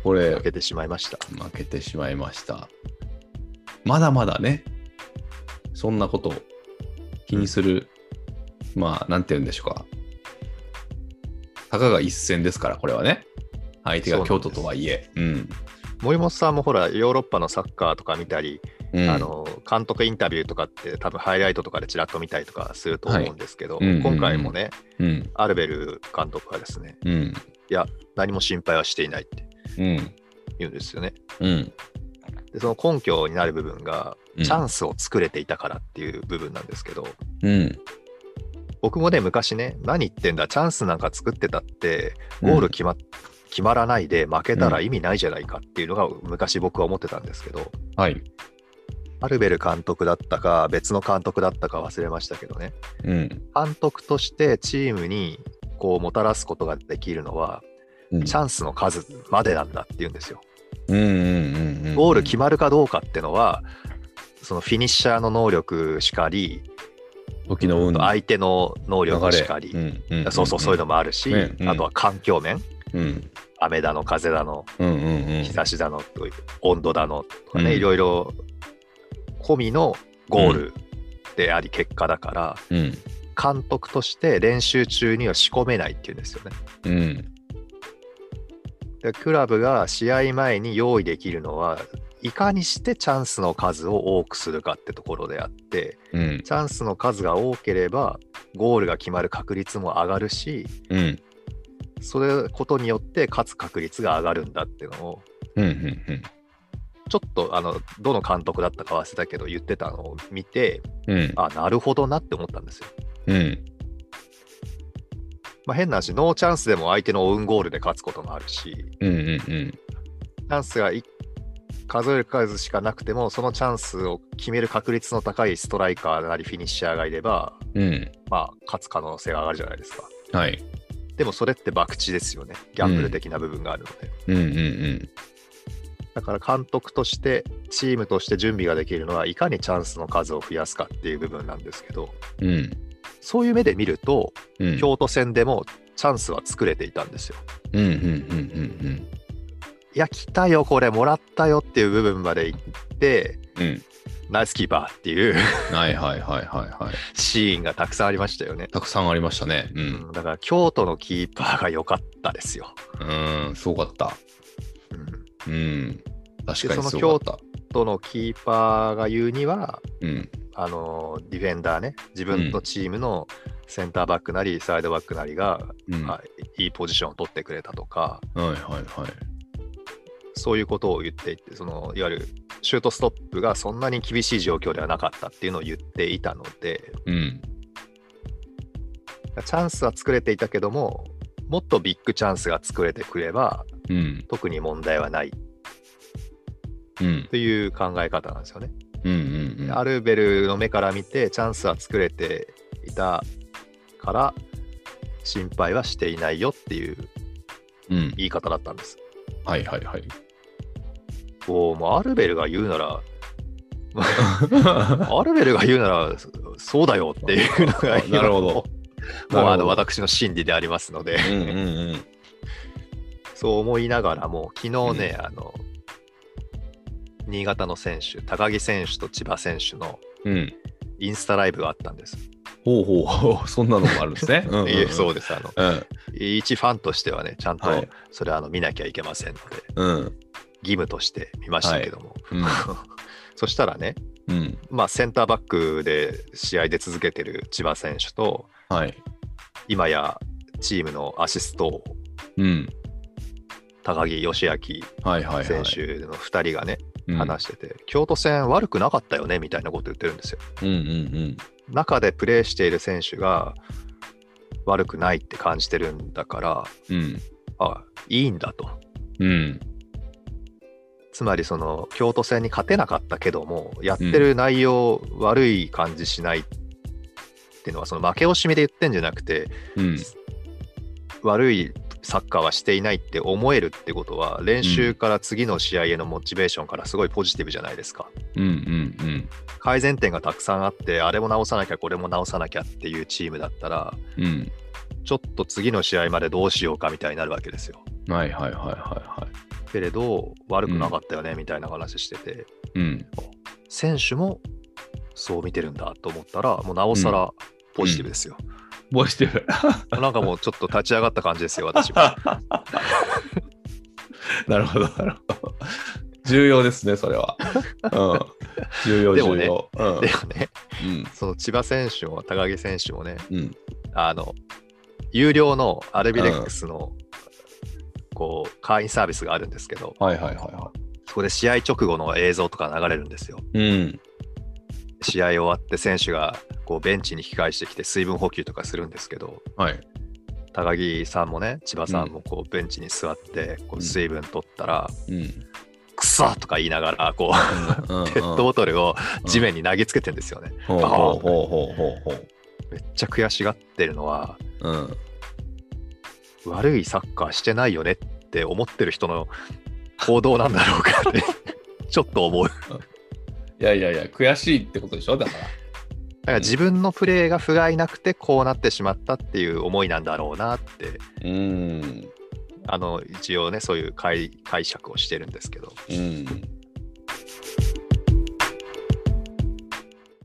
これ負けてしまいました。 負けてしまいました。まだまだね、そんなことを気にする、まあ、なんて言うんでしょうか。たかが一戦ですから、これはね。相手が京都とはいえ。 森本さんもほら、ヨーロッパのサッカーとか見たり、 うん、 監督インタビューとかって多分ハイライトとかでちらっと見たりとかすると思うんですけど、 はい今回もね、 うんアルベル監督はですね、 うん、 いや、何も心配はしていないってうん、 言うんですよね。 うん、 で、その根拠になる部分が、 うんチャンスを作れていたからっていう部分なんですけど、 うん、 僕もね、昔ね、何言ってんだ、チャンスなんか作ってたって、ゴール決まらないで負けたら意味ないじゃないかっていうのが昔僕は思ってたんですけど、 はい。 アルベル監督だったか別の監督だったか忘れましたけどね、 うん、 監督としてチームにこうもたらすことができるのは、 うん、 チャンスの数までなんだって言うんですよ。 うん、うん、うん、 ゴール決まるかどうかってのは、そのフィニッシャーの能力しかり、 時の運相手の能力しかり、そういうのもあるし、あとは環境面、雨だの風だの、日差しだの、温度だのとかね、いろいろ込みのゴールであり結果だから、監督として練習中には仕込めないっていうんですよね。でクラブが試合前に用意できるのはいかにしてチャンスの数を多くするかってところであって、チャンスの数が多ければゴールが決まる確率も上がるし、それことによって勝つ確率が上がるんだっていうのを、ちょっとどの監督だったか忘れたけど言ってたのを見て、あ、なるほどなって思ったんですよ。まあ、変な話、ノーチャンスでも相手のオウンゴールで勝つこともあるし、チャンスが数える数しかなくても、そのチャンスを決める確率の高いストライカーなりフィニッシャーがいれば、まあ、勝つ可能性が上がるじゃないですか。 はい。 でもそれって博打ですよね。ギャンブル的な部分があるので。だから監督としてチームとして準備ができるのはいかにチャンスの数を増やすかっていう部分なんですけど、そういう目で見ると、京都戦でもチャンスは作れていたんですよ。いや、来たよ、これもらったよっていう部分まで行って、ナイスキーパーっていうシーンがたくさんありましたよね。 たくさんありましたね。 だから京都のキーパーが良かったですよ。 すごかった。確かにすごかった。 その京都のキーパーが言うには、ディフェンダーね、自分のチームのセンターバックなりサイドバックなりが、いいポジションを取ってくれたとか、そういうことを言っていて、いわゆるシュートストップがそんなに厳しい状況ではなかったっていうのを言っていたので、チャンスは作れていたけども、もっとビッグチャンスが作れてくれば、特に問題はないという考え方なんですよね。アルベルの目から見てチャンスは作れていたから心配はしていないよっていう言い方だったんです。もうアルベルが言うならアルベルが言うならそうだよっていうのがなるほど。 もう私の心理でありますのでそう思いながらも昨日ね、新潟の選手、高木選手と千葉選手のインスタライブがあったんです。 そんなのもあるんですね。 そうです。一ファンとしてはね、ちゃんとそれ見なきゃいけませんので、義務として見ましたけども、そしたらね、まあセンターバックで試合で続けてる千葉選手と、今やチームのアシストを、高木義明選手の2人がね、話してて、京都戦悪くなかったよねみたいなこと言ってるんですよ。中でプレーしている選手が悪くないって感じてるんだから、いいんだと。つまり京都戦に勝てなかったけども、やってる内容悪い感じしないっていうのは、負け惜しみで言ってんじゃなくて、悪いサッカーはしていないって思えるってことは、練習から次の試合へのモチベーションからすごいポジティブじゃないですか。改善点がたくさんあって、あれも直さなきゃこれも直さなきゃっていうチームだったら、ちょっと次の試合までどうしようかみたいになるわけですよ。 けれど悪くなかったよねみたいな話してて、選手もそう見てるんだと思ったら、もうなおさらポジティブですよ。 ポジティブ。なんかもうちょっと立ち上がった感じですよ、私も。 なるほど、なるほど。重要ですね、それは。重要、重要。 でもね、その千葉選手も高木選手もね、有料のアルビレックスのこう会員サービスがあるんですけど、そこで試合直後の映像とか流れるんですよ。試合終わって選手がこうベンチに引き返してきて水分補給とかするんですけど、高木さんもね、千葉さんもこうベンチに座ってこう水分取ったら、くそとか言いながらこうペットボトルを地面に投げつけてるんですよね。めっちゃ悔しがってるのは、悪いサッカーしてないよねって思ってる人の行動なんだろうかってちょっと思う。 いやいやいや、悔しいってことでしょ。だから自分のプレーが不甲斐なくてこうなってしまったっていう思いなんだろうなって、一応ねそういう解釈をしてるんですけど、